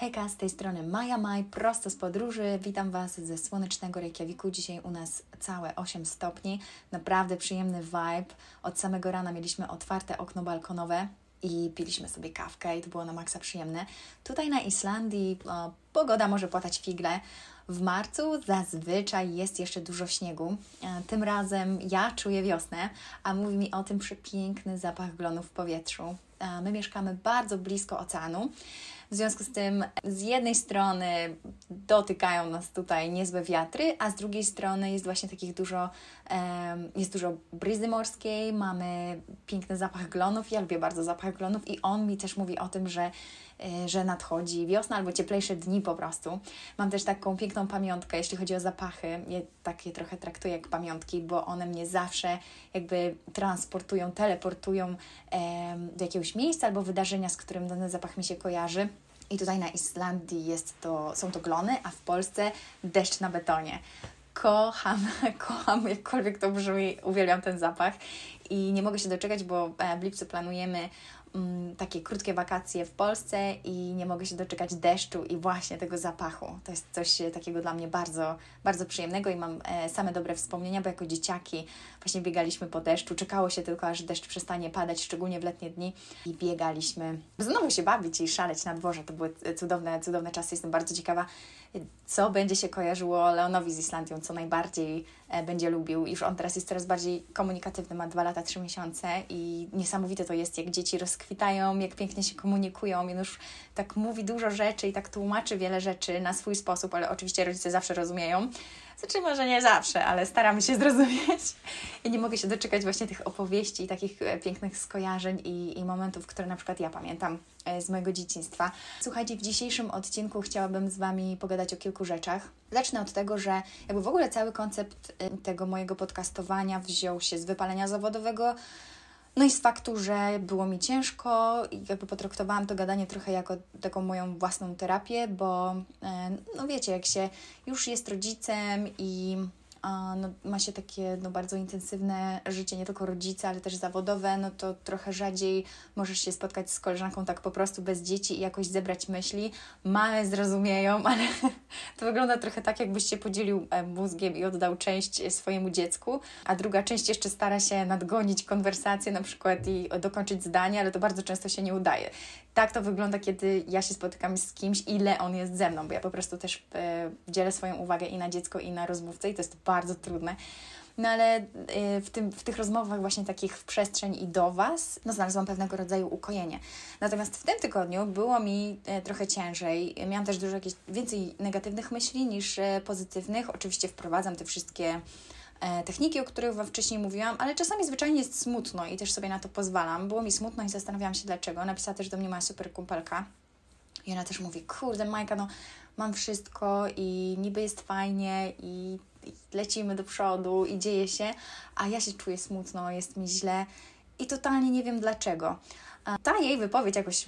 Hejka, z tej strony Maja Maj, prosto z podróży. Witam Was ze słonecznego Reykjaviku. Dzisiaj u nas całe 8 stopni. Naprawdę przyjemny vibe. Od samego rana mieliśmy otwarte okno balkonowe i piliśmy sobie kawkę i to było na maksa przyjemne. Tutaj na Islandii pogoda może płatać figle. W marcu zazwyczaj jest jeszcze dużo śniegu. Tym razem ja czuję wiosnę, a mówi mi o tym przepiękny zapach glonów w powietrzu. My mieszkamy bardzo blisko oceanu. W związku z tym z jednej strony dotykają nas tutaj niezłe wiatry, a z drugiej strony jest właśnie takich jest dużo bryzy morskiej, mamy piękny zapach glonów. Ja lubię bardzo zapach glonów i on mi też mówi o tym, że nadchodzi wiosna albo cieplejsze dni po prostu. Mam też taką piękną pamiątkę, jeśli chodzi o zapachy. Ja takie trochę traktuję jak pamiątki, bo one mnie zawsze jakby transportują, teleportują do jakiegoś miejsca albo wydarzenia, z którym dany zapach mi się kojarzy. I tutaj na Islandii są to glony, a w Polsce deszcz na betonie. Kocham, jakkolwiek to brzmi, uwielbiam ten zapach i nie mogę się doczekać, bo w lipcu planujemy takie krótkie wakacje w Polsce i nie mogę się doczekać deszczu i właśnie tego zapachu. To jest coś takiego dla mnie bardzo, bardzo przyjemnego i mam same dobre wspomnienia, bo jako dzieciaki właśnie biegaliśmy po deszczu. Czekało się tylko, aż deszcz przestanie padać, szczególnie w letnie dni i biegaliśmy. Znowu się bawić i szaleć na dworze. To były cudowne czasy. Jestem bardzo ciekawa, co będzie się kojarzyło Leonowi z Islandią, co najbardziej będzie lubił. Już on teraz jest coraz bardziej komunikatywny, ma 2 lata, 3 miesiące i niesamowite to jest, jak dzieci rozkwitają, jak pięknie się komunikują. I już tak mówi dużo rzeczy i tak tłumaczy wiele rzeczy na swój sposób, ale oczywiście rodzice zawsze rozumieją. Znaczy może nie zawsze, ale staramy się zrozumieć. I nie mogę się doczekać właśnie tych opowieści i takich pięknych skojarzeń i momentów, które na przykład ja pamiętam z mojego dzieciństwa. Słuchajcie, w dzisiejszym odcinku chciałabym z Wami pogadać o kilku rzeczach. Zacznę od tego, że jakby w ogóle cały koncept tego mojego podcastowania wziął się z wypalenia zawodowego, no i z faktu, że było mi ciężko i jakby potraktowałam to gadanie trochę jako taką moją własną terapię, bo no wiecie, jak się już jest rodzicem i ma się takie bardzo intensywne życie, nie tylko rodzica, ale też zawodowe, no to trochę rzadziej możesz się spotkać z koleżanką tak po prostu bez dzieci i jakoś zebrać myśli. Małe zrozumieją, ale to wygląda trochę tak, jakbyś się podzielił mózgiem i oddał część swojemu dziecku, a druga część jeszcze stara się nadgonić konwersację na przykład i dokończyć zdanie, ale to bardzo często się nie udaje. Tak to wygląda, kiedy ja się spotykam z kimś, ile on jest ze mną, bo ja po prostu też dzielę swoją uwagę i na dziecko, i na rozmówcę i to jest bardzo trudne. No ale w tych rozmowach właśnie takich w przestrzeń i do Was, znalazłam pewnego rodzaju ukojenie. Natomiast w tym tygodniu było mi trochę ciężej. Miałam też więcej negatywnych myśli niż pozytywnych. Oczywiście wprowadzam te wszystkie techniki, o których Wam wcześniej mówiłam, ale czasami zwyczajnie jest smutno i też sobie na to pozwalam. Było mi smutno i zastanawiałam się dlaczego. Napisała też do mnie moja super kumpelka i ona też mówi, kurde Majka, mam wszystko i niby jest fajnie i lecimy do przodu i dzieje się, a ja się czuję smutno, jest mi źle i totalnie nie wiem dlaczego. Ta jej wypowiedź jakoś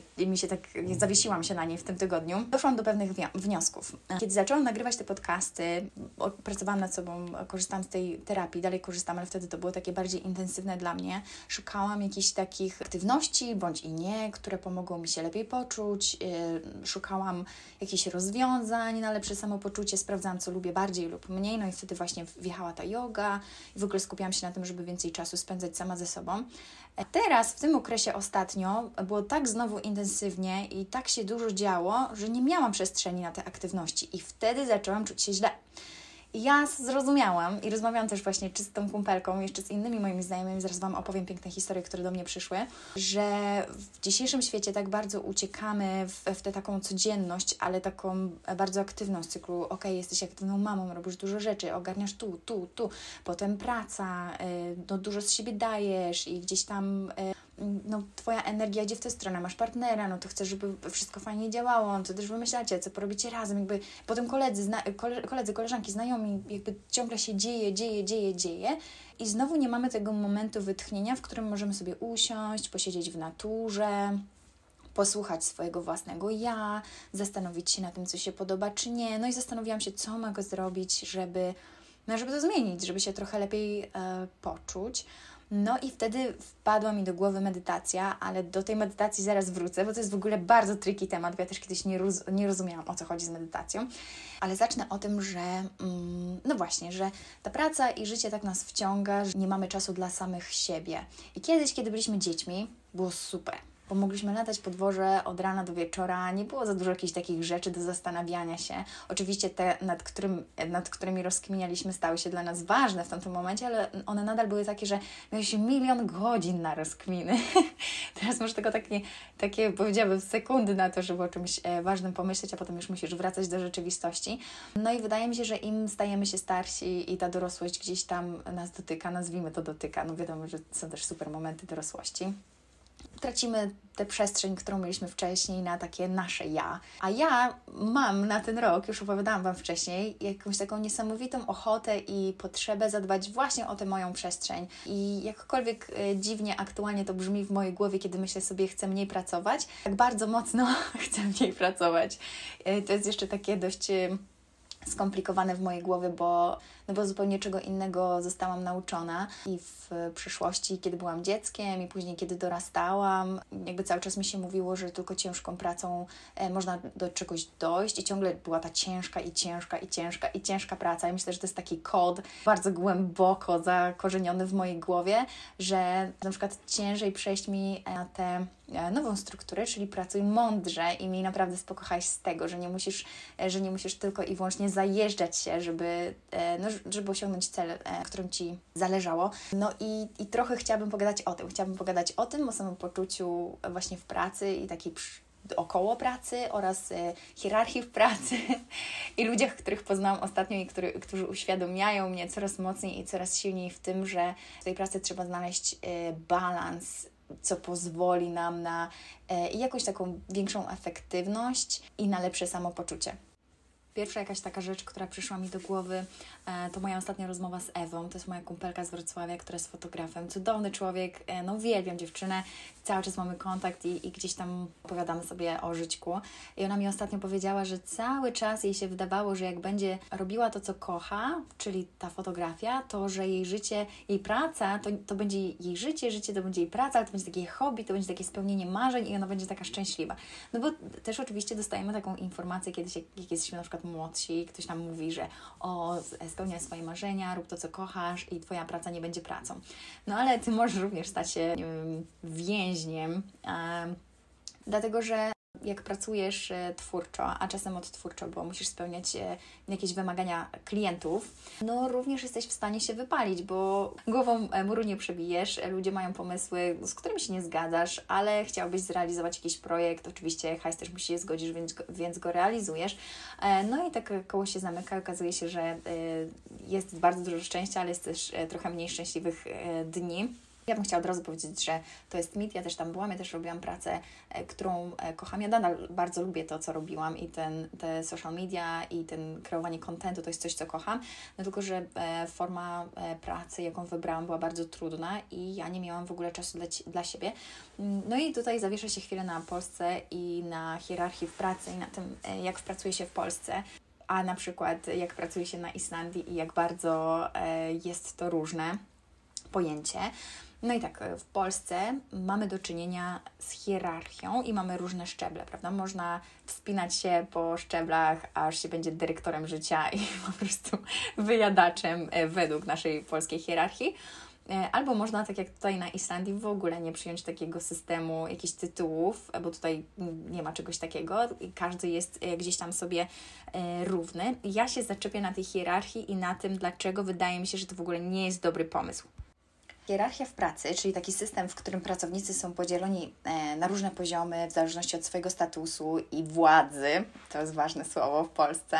zawiesiłam się na niej w tym tygodniu. Doszłam do pewnych wniosków. Kiedy zaczęłam nagrywać te podcasty, pracowałam nad sobą, korzystałam z tej terapii, dalej korzystam, ale wtedy to było takie bardziej intensywne dla mnie. Szukałam jakichś takich aktywności, bądź i nie, które pomogą mi się lepiej poczuć. Szukałam jakichś rozwiązań na lepsze samopoczucie, sprawdzałam, co lubię bardziej lub mniej, no i wtedy właśnie wjechała ta yoga i w ogóle skupiałam się na tym, żeby więcej czasu spędzać sama ze sobą. Teraz, w tym okresie ostatnio, było tak znowu intensywnie i tak się dużo działo, że nie miałam przestrzeni na te aktywności i wtedy zaczęłam czuć się źle. I ja zrozumiałam i rozmawiałam też właśnie czy z tą kumpelką, jeszcze z innymi moimi znajomymi, zaraz Wam opowiem piękne historie, które do mnie przyszły, że w dzisiejszym świecie tak bardzo uciekamy w tę taką codzienność, ale taką bardzo aktywną z cyklu, jesteś aktywną mamą, robisz dużo rzeczy, ogarniasz tu, potem praca, dużo z siebie dajesz i gdzieś tam Twoja energia idzie w tę stronę, masz partnera, to chcesz, żeby wszystko fajnie działało, co też wymyślacie, co porobicie razem, jakby potem koledzy, koleżanki, znajomi, jakby ciągle się dzieje i znowu nie mamy tego momentu wytchnienia, w którym możemy sobie usiąść, posiedzieć w naturze, posłuchać swojego własnego ja, zastanowić się na tym, co się podoba, czy nie, no i zastanowiłam się, co mogę zrobić, żeby to zmienić, żeby się trochę lepiej poczuć. No i wtedy wpadła mi do głowy medytacja, ale do tej medytacji zaraz wrócę, bo to jest w ogóle bardzo tricky temat, bo ja też kiedyś nie rozumiałam, o co chodzi z medytacją. Ale zacznę o tym, że no właśnie, że ta praca i życie tak nas wciąga, że nie mamy czasu dla samych siebie. I kiedyś, kiedy byliśmy dziećmi, było super, bo mogliśmy latać po dworze od rana do wieczora, nie było za dużo jakichś takich rzeczy do zastanawiania się. Oczywiście te, nad którymi rozkminialiśmy, stały się dla nas ważne w tamtym momencie, ale one nadal były takie, że miałeś 1 000 000 godzin na rozkminy. Teraz masz tylko takie, powiedziałabym, sekundy na to, żeby o czymś ważnym pomyśleć, a potem już musisz wracać do rzeczywistości. No i wydaje mi się, że im stajemy się starsi i ta dorosłość gdzieś tam nas dotyka, nazwijmy to dotyka, no wiadomo, że są też super momenty dorosłości, tracimy tę przestrzeń, którą mieliśmy wcześniej na takie nasze ja. A ja mam na ten rok, już opowiadałam Wam wcześniej, jakąś taką niesamowitą ochotę i potrzebę zadbać właśnie o tę moją przestrzeń. I jakkolwiek dziwnie aktualnie to brzmi w mojej głowie, kiedy myślę sobie, chcę mniej pracować, tak bardzo mocno chcę mniej pracować. To jest jeszcze takie dość skomplikowane w mojej głowie, bo zupełnie czego innego zostałam nauczona i w przyszłości, kiedy byłam dzieckiem i później, kiedy dorastałam, jakby cały czas mi się mówiło, że tylko ciężką pracą można do czegoś dojść i ciągle była ta ciężka praca. I myślę, że to jest taki kod bardzo głęboko zakorzeniony w mojej głowie, że na przykład ciężej przejść mi na tę nową strukturę, czyli pracuj mądrze i miej naprawdę spokojność z tego, że nie musisz tylko i wyłącznie zajeżdżać się, żeby osiągnąć cel, którym Ci zależało. No i trochę chciałabym pogadać o tym. O samopoczuciu właśnie w pracy i takiej około pracy oraz hierarchii w pracy i ludziach, których poznałam ostatnio i którzy uświadamiają mnie coraz mocniej i coraz silniej w tym, że w tej pracy trzeba znaleźć balans, co pozwoli nam na jakąś taką większą efektywność i na lepsze samopoczucie. Pierwsza jakaś taka rzecz, która przyszła mi do głowy, to moja ostatnia rozmowa z Ewą. To jest moja kumpelka z Wrocławia, która jest fotografem. Cudowny człowiek, no uwielbiam dziewczynę. Cały czas mamy kontakt i gdzieś tam opowiadamy sobie o żyćku. I ona mi ostatnio powiedziała, że cały czas jej się wydawało, że jak będzie robiła to, co kocha, czyli ta fotografia, to że jej życie, jej praca, to będzie jej życie to będzie jej praca, ale to będzie takie hobby, to będzie takie spełnienie marzeń i ona będzie taka szczęśliwa. No bo też oczywiście dostajemy taką informację kiedyś, jak jesteśmy na przykład młodsi, ktoś nam mówi, że spełniaj swoje marzenia, rób to, co kochasz i Twoja praca nie będzie pracą. No ale Ty możesz również stać się, nie wiem, więźniem, dlatego że jak pracujesz twórczo, a czasem odtwórczo, bo musisz spełniać jakieś wymagania klientów, no również jesteś w stanie się wypalić, bo głową muru nie przebijesz, ludzie mają pomysły, z którymi się nie zgadzasz, ale chciałbyś zrealizować jakiś projekt, oczywiście hajs też musi się zgodzić, więc go realizujesz. No i tak koło się zamyka, okazuje się, że jest bardzo dużo szczęścia, ale jest też trochę mniej szczęśliwych dni. Ja bym chciała od razu powiedzieć, że to jest mit, ja też tam byłam, ja też robiłam pracę, którą kocham. Ja nadal bardzo lubię to, co robiłam i te social media i ten kreowanie kontentu to jest coś, co kocham, no tylko, że forma pracy, jaką wybrałam, była bardzo trudna i ja nie miałam w ogóle czasu dla siebie. No i tutaj zawieszę się chwilę na Polsce i na hierarchii w pracy i na tym, jak pracuje się w Polsce, a na przykład jak pracuje się na Islandii i jak bardzo jest to różne pojęcie. No i tak, w Polsce mamy do czynienia z hierarchią i mamy różne szczeble, prawda? Można wspinać się po szczeblach, aż się będzie dyrektorem życia i po prostu wyjadaczem według naszej polskiej hierarchii. Albo można, tak jak tutaj na Islandii, w ogóle nie przyjąć takiego systemu jakichś tytułów, bo tutaj nie ma czegoś takiego i każdy jest gdzieś tam sobie równy. Ja się zaczepię na tej hierarchii i na tym, dlaczego wydaje mi się, że to w ogóle nie jest dobry pomysł. Hierarchia w pracy, czyli taki system, w którym pracownicy są podzieleni na różne poziomy w zależności od swojego statusu i władzy, to jest ważne słowo w Polsce,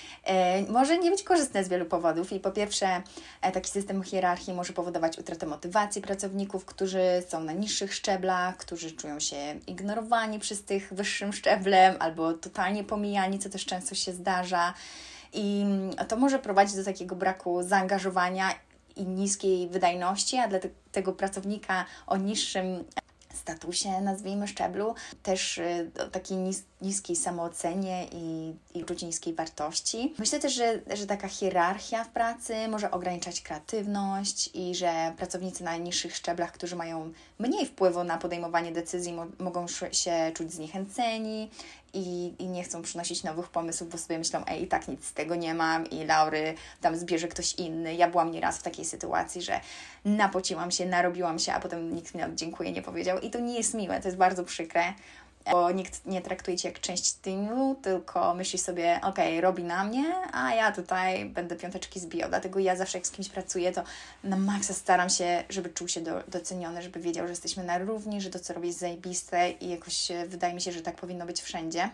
może nie być korzystne z wielu powodów i po pierwsze taki system hierarchii może powodować utratę motywacji pracowników, którzy są na niższych szczeblach, którzy czują się ignorowani przez tych wyższym szczeblem albo totalnie pomijani, co też często się zdarza i to może prowadzić do takiego braku zaangażowania i niskiej wydajności, a dla tego pracownika o niższym statusie, nazwijmy, szczeblu, też o takiej niskiej samoocenie i uczuciu niskiej wartości. Myślę też, że taka hierarchia w pracy może ograniczać kreatywność i że pracownicy na niższych szczeblach, którzy mają mniej wpływu na podejmowanie decyzji, mogą się czuć zniechęceni i nie chcą przynosić nowych pomysłów, bo sobie myślą, i tak nic z tego nie mam i laury tam zbierze ktoś inny. Ja byłam nieraz w takiej sytuacji, że napociłam się, narobiłam się, a potem nikt mi dziękuję nie powiedział i to nie jest miłe, to jest bardzo przykre, bo nikt nie traktuje Cię jak część teamu, tylko myśli sobie, robi na mnie, a ja tutaj będę piąteczki zbijał. Dlatego ja zawsze jak z kimś pracuję, to na maksa staram się, żeby czuł się doceniony, żeby wiedział, że jesteśmy na równi, że to, co robię, jest zajebiste i jakoś wydaje mi się, że tak powinno być wszędzie.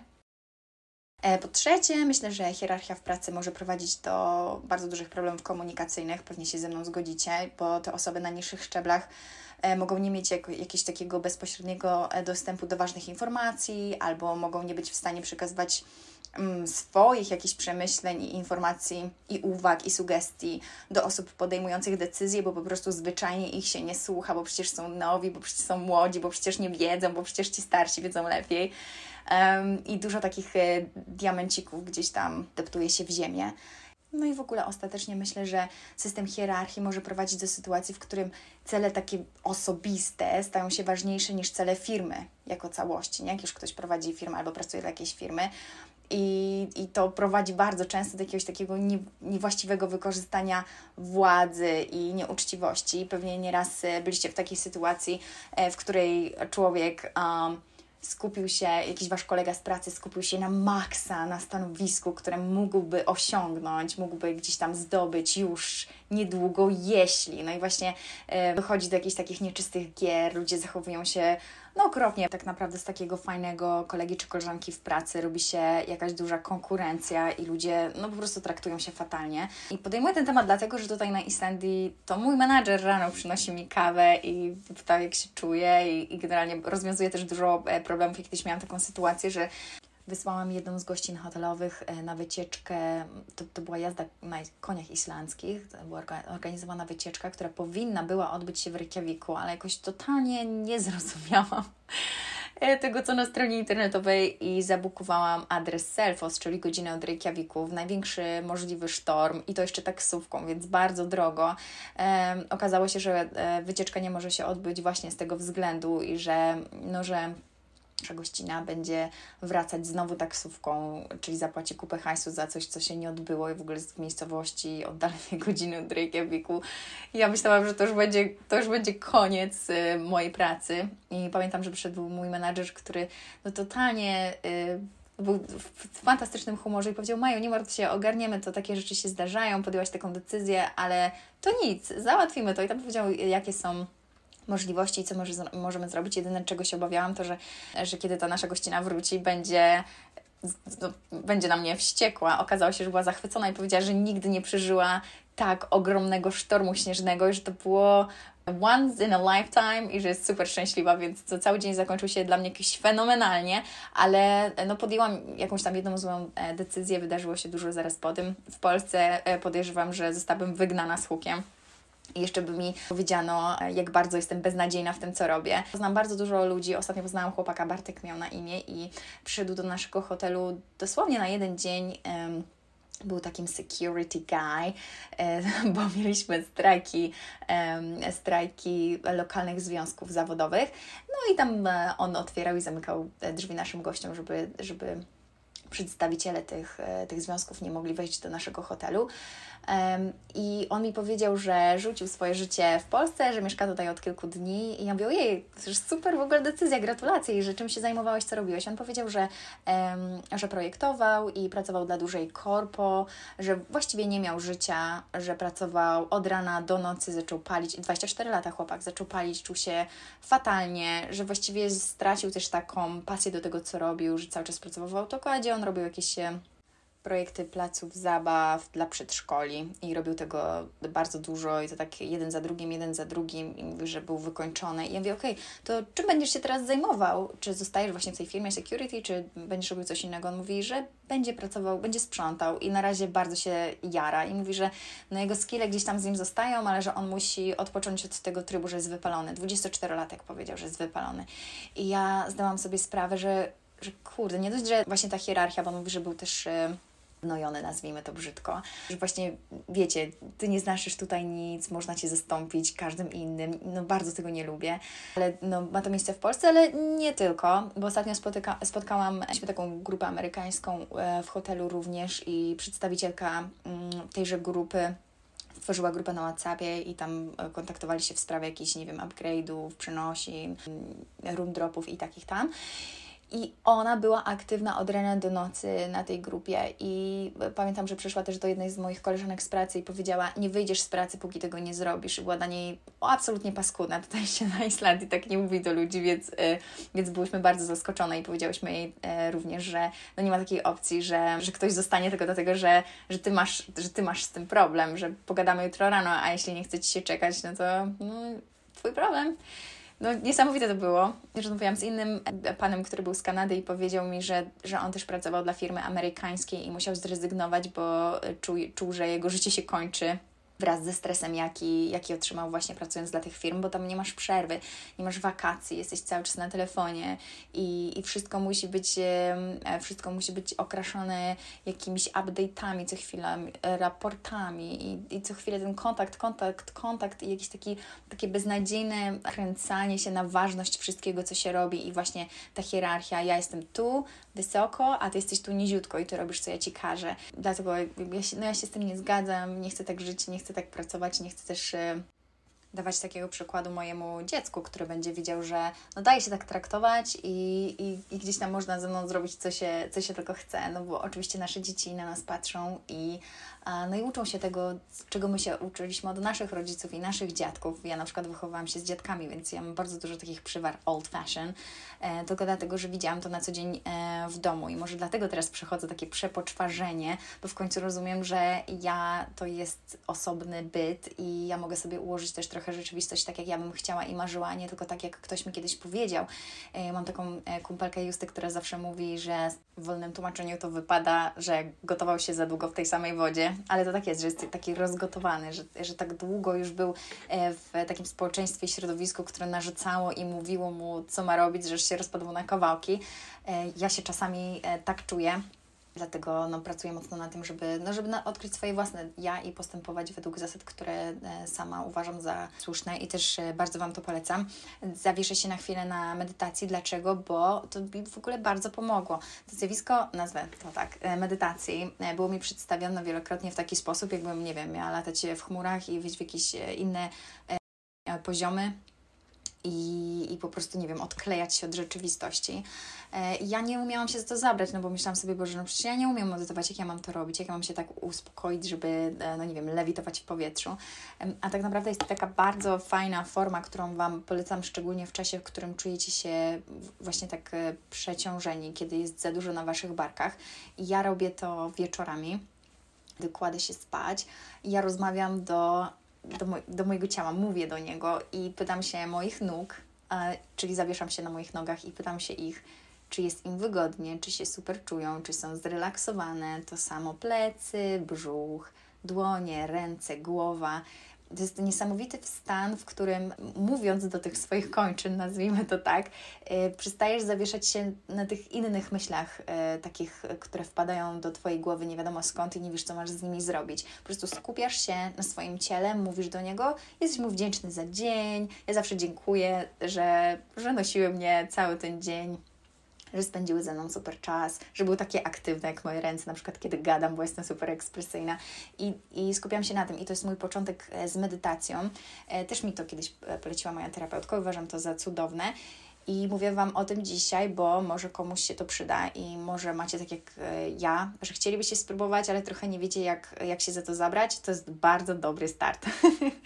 Po trzecie, myślę, że hierarchia w pracy może prowadzić do bardzo dużych problemów komunikacyjnych. Pewnie się ze mną zgodzicie, bo te osoby na niższych szczeblach mogą nie mieć jakiegoś takiego bezpośredniego dostępu do ważnych informacji, albo mogą nie być w stanie przekazywać swoich jakichś przemyśleń i informacji i uwag i sugestii do osób podejmujących decyzje, bo po prostu zwyczajnie ich się nie słucha, bo przecież są nowi, bo przecież są młodzi, bo przecież nie wiedzą, bo przecież ci starsi wiedzą lepiej. I dużo takich diamencików gdzieś tam deptuje się w ziemię. No i w ogóle ostatecznie myślę, że system hierarchii może prowadzić do sytuacji, w którym cele takie osobiste stają się ważniejsze niż cele firmy jako całości. Nie? Jak już ktoś prowadzi firmę albo pracuje dla jakiejś firmy i to prowadzi bardzo często do jakiegoś takiego niewłaściwego wykorzystania władzy i nieuczciwości. Pewnie nieraz byliście w takiej sytuacji, w której człowiek skupił się, jakiś Wasz kolega z pracy skupił się na maksa, na stanowisku, które mógłby osiągnąć, mógłby gdzieś tam zdobyć już niedługo, jeśli. No i właśnie dochodzi do jakichś takich nieczystych gier, ludzie zachowują się okropnie. Tak naprawdę z takiego fajnego kolegi czy koleżanki w pracy robi się jakaś duża konkurencja i ludzie po prostu traktują się fatalnie. I podejmuję ten temat dlatego, że tutaj na Islandii to mój menadżer rano przynosi mi kawę i pyta, jak się czuję i generalnie rozwiązuje też dużo problemów. I kiedyś miałam taką sytuację, że wysłałam jedną z gościn hotelowych na wycieczkę, to była jazda na koniach islandzkich, to była organizowana wycieczka, która powinna była odbyć się w Reykjaviku, ale jakoś totalnie nie zrozumiałam tego, co na stronie internetowej i zabukowałam adres Selfoss, czyli godzinę od Reykjaviku, w największy możliwy sztorm i to jeszcze taksówką, więc bardzo drogo. Okazało się, że wycieczka nie może się odbyć właśnie z tego względu i że nasza gościna będzie wracać znowu taksówką, czyli zapłaci kupę hajsu za coś, co się nie odbyło i w ogóle jest w miejscowości oddalonej godziny od Reykjaviku. I ja myślałam, że to już będzie koniec mojej pracy. I pamiętam, że przyszedł mój menadżer, który totalnie był w fantastycznym humorze i powiedział: Maju, nie martw się, ogarniemy to, takie rzeczy się zdarzają, podjęłaś taką decyzję, ale to nic, załatwimy to. I tam powiedział, jakie są możliwości i co możemy zrobić. Jedyne, czego się obawiałam, to, że kiedy ta nasza gościna wróci, będzie na mnie wściekła. Okazało się, że była zachwycona i powiedziała, że nigdy nie przeżyła tak ogromnego sztormu śnieżnego i że to było once in a lifetime i że jest super szczęśliwa, więc to cały dzień zakończył się dla mnie jakoś fenomenalnie, ale podjęłam jakąś tam jedną złą decyzję, wydarzyło się dużo zaraz po tym. W Polsce podejrzewam, że zostałabym wygnana z hukiem. I jeszcze by mi powiedziano, jak bardzo jestem beznadziejna w tym, co robię. Znam bardzo dużo ludzi. Ostatnio poznałam chłopaka, Bartek miał na imię i przyszedł do naszego hotelu dosłownie na jeden dzień. Był takim security guy, bo mieliśmy strajki lokalnych związków zawodowych. No i tam on otwierał i zamykał drzwi naszym gościom, żeby przedstawiciele tych związków nie mogli wejść do naszego hotelu. I on mi powiedział, że rzucił swoje życie w Polsce, że mieszka tutaj od kilku dni i ja mówię: ojej, to już super w ogóle decyzja, gratulacje, i że czym się zajmowałeś, co robiłeś? On powiedział, że projektował i pracował dla dużej korpo, że właściwie nie miał życia, że pracował od rana do nocy, zaczął palić, 24 lata chłopak, zaczął palić, czuł się fatalnie, że właściwie stracił też taką pasję do tego, co robił, że cały czas pracował w autokadzie, on robił jakieś projekty placów zabaw dla przedszkoli i robił tego bardzo dużo i to tak jeden za drugim i mówi, że był wykończony. I ja mówię, okej, to czym będziesz się teraz zajmował? Czy zostajesz właśnie w tej firmie security, czy będziesz robił coś innego? On mówi, że będzie pracował, będzie sprzątał i na razie bardzo się jara i mówi, że no jego skille gdzieś tam z nim zostają, ale że on musi odpocząć od tego trybu, że jest wypalony. 24-latek powiedział, że jest wypalony. I ja zdałam sobie sprawę, że kurde, nie dość, że właśnie ta hierarchia, bo on mówi, że był też gnojony, nazwijmy to brzydko, że właśnie, wiecie, Ty nie znasz tutaj nic, można Cię zastąpić każdym innym, no bardzo tego nie lubię, ale no ma to miejsce w Polsce, ale nie tylko, bo ostatnio spotkałam taką grupę amerykańską w hotelu również i przedstawicielka tejże grupy stworzyła grupę na WhatsAppie i tam kontaktowali się w sprawie jakichś, nie wiem, upgrade'ów, przenosin, room dropów i takich tam. I ona była aktywna od rana do nocy na tej grupie i pamiętam, że przyszła też do jednej z moich koleżanek z pracy i powiedziała, nie wyjdziesz z pracy, póki tego nie zrobisz. I była dla niej absolutnie paskudna. Tutaj się na Islandii tak nie mówi do ludzi, więc byłyśmy bardzo zaskoczone i powiedziałyśmy jej również, że no nie ma takiej opcji, że ktoś zostanie tylko dlatego, że ty masz z tym problem, że pogadamy jutro rano, a jeśli nie chce Ci się czekać, no to Twój problem. No niesamowite to było. Rozmawiałam z innym panem, który był z Kanady i powiedział mi, że on też pracował dla firmy amerykańskiej i musiał zrezygnować, bo czuł, że jego życie się kończy wraz ze stresem, jaki otrzymał właśnie pracując dla tych firm, bo tam nie masz przerwy, nie masz wakacji, jesteś cały czas na telefonie i wszystko musi być okraszone jakimiś update'ami co chwilę, raportami i co chwilę ten kontakt i jakieś takie beznadziejne kręcanie się na ważność wszystkiego, co się robi i właśnie ta hierarchia, ja jestem tu wysoko, a Ty jesteś tu niziutko i Ty robisz, co ja Ci każę. Dlatego ja się z tym nie zgadzam, nie chcę tak żyć, nie chcę tak pracować, nie chcę też dawać takiego przykładu mojemu dziecku, który będzie widział, że no daje się tak traktować i gdzieś tam można ze mną zrobić, co się tylko chce, no bo oczywiście nasze dzieci na nas patrzą i uczą się tego, czego my się uczyliśmy od naszych rodziców i naszych dziadków. Ja na przykład wychowałam się z dziadkami, więc ja mam bardzo dużo takich przywar old fashion, tylko dlatego, że widziałam to na co dzień w domu i może dlatego teraz przechodzę takie przepoczwarzenie, bo w końcu rozumiem, że ja to jest osobny byt i ja mogę sobie ułożyć też trochę rzeczywistość tak, jak ja bym chciała i marzyła, nie tylko tak, jak ktoś mi kiedyś powiedział. Mam taką kumpelkę Justę, która zawsze mówi, że w wolnym tłumaczeniu to wypada, że gotował się za długo w tej samej wodzie, ale to tak jest, że jest taki rozgotowany, że tak długo już był w takim społeczeństwie i środowisku, które narzucało i mówiło mu, co ma robić, że już się rozpadło na kawałki. Ja się czasami tak czuję. Dlatego pracuję mocno na tym, żeby odkryć swoje własne ja i postępować według zasad, które sama uważam za słuszne i też bardzo Wam to polecam. Zawieszę się na chwilę na medytacji. Dlaczego? Bo to mi w ogóle bardzo pomogło. To zjawisko, nazwę to tak, medytacji, było mi przedstawione wielokrotnie w taki sposób, jakbym, nie wiem, miała latać w chmurach i wyjść w jakieś inne poziomy. I po prostu, nie wiem, odklejać się od rzeczywistości. Ja nie umiałam się za to zabrać, bo myślałam sobie, Boże, no przecież ja nie umiem medytować, jak ja mam to robić, jak ja mam się tak uspokoić, żeby, nie wiem, lewitować w powietrzu. A tak naprawdę jest to taka bardzo fajna forma, którą Wam polecam, szczególnie w czasie, w którym czujecie się właśnie tak przeciążeni, kiedy jest za dużo na Waszych barkach. I ja robię to wieczorami, gdy kładę się spać i ja rozmawiam do mojego ciała, mówię do niego i pytam się moich nóg, czyli zawieszam się na moich nogach i pytam się ich, czy jest im wygodnie, czy się super czują, czy są zrelaksowane, to samo plecy, brzuch, dłonie, ręce, głowa. To jest niesamowity stan, w którym mówiąc do tych swoich kończyn, nazwijmy to tak, przestajesz zawieszać się na tych innych myślach, takich, które wpadają do Twojej głowy nie wiadomo skąd i nie wiesz, co masz z nimi zrobić. Po prostu skupiasz się na swoim ciele, mówisz do niego, jesteś mu wdzięczny za dzień, ja zawsze dziękuję, że nosiły mnie cały ten dzień, że spędziły ze mną super czas, że były takie aktywne jak moje ręce, na przykład kiedy gadam, bo jestem super ekspresyjna i skupiam się na tym i to jest mój początek z medytacją. Też mi to kiedyś poleciła moja terapeutka, uważam to za cudowne i mówię Wam o tym dzisiaj, bo może komuś się to przyda i może macie tak jak ja, że chcielibyście spróbować, ale trochę nie wiecie jak się za to zabrać. To jest bardzo dobry start.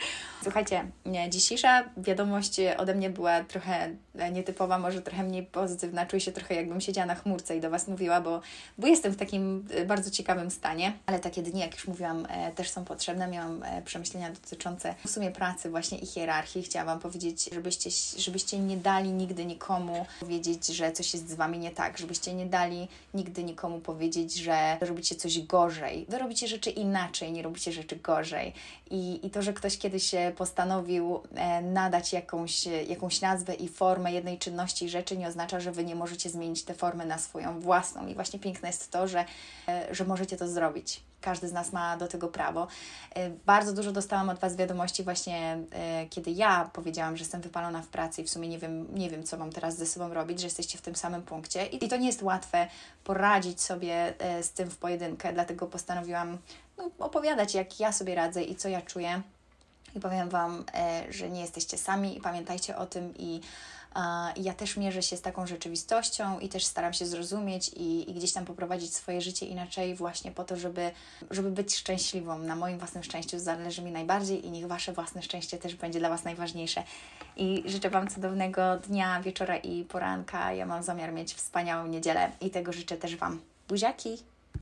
Słuchajcie, dzisiejsza wiadomość ode mnie była trochę nietypowa, może trochę mniej pozytywna. Czuję się trochę, jakbym siedziała na chmurce i do Was mówiła, bo jestem w takim bardzo ciekawym stanie, ale takie dni, jak już mówiłam, też są potrzebne. Miałam przemyślenia dotyczące w sumie pracy właśnie i hierarchii. Chciałam Wam powiedzieć, żebyście nie dali nigdy nikomu powiedzieć, że coś jest z Wami nie tak, żebyście nie dali nigdy nikomu powiedzieć, że robicie coś gorzej. Wy robicie rzeczy inaczej, nie robicie rzeczy gorzej. I to, że ktoś kiedyś postanowił nadać jakąś nazwę i formę jednej czynności i rzeczy, nie oznacza, że Wy nie możecie zmienić tę formę na swoją własną. I właśnie piękne jest to, że możecie to zrobić. Każdy z nas ma do tego prawo. Bardzo dużo dostałam od Was wiadomości właśnie, kiedy ja powiedziałam, że jestem wypalona w pracy i w sumie nie wiem, co mam teraz ze sobą robić, że jesteście w tym samym punkcie. I to nie jest łatwe poradzić sobie z tym w pojedynkę, dlatego postanowiłam opowiadać, jak ja sobie radzę i co ja czuję. I powiem Wam, że nie jesteście sami i pamiętajcie o tym i ja też mierzę się z taką rzeczywistością i też staram się zrozumieć i gdzieś tam poprowadzić swoje życie inaczej właśnie po to, żeby być szczęśliwą. Na moim własnym szczęściu zależy mi najbardziej i niech Wasze własne szczęście też będzie dla Was najważniejsze. I życzę Wam cudownego dnia, wieczora i poranka. Ja mam zamiar mieć wspaniałą niedzielę i tego życzę też Wam. Buziaki!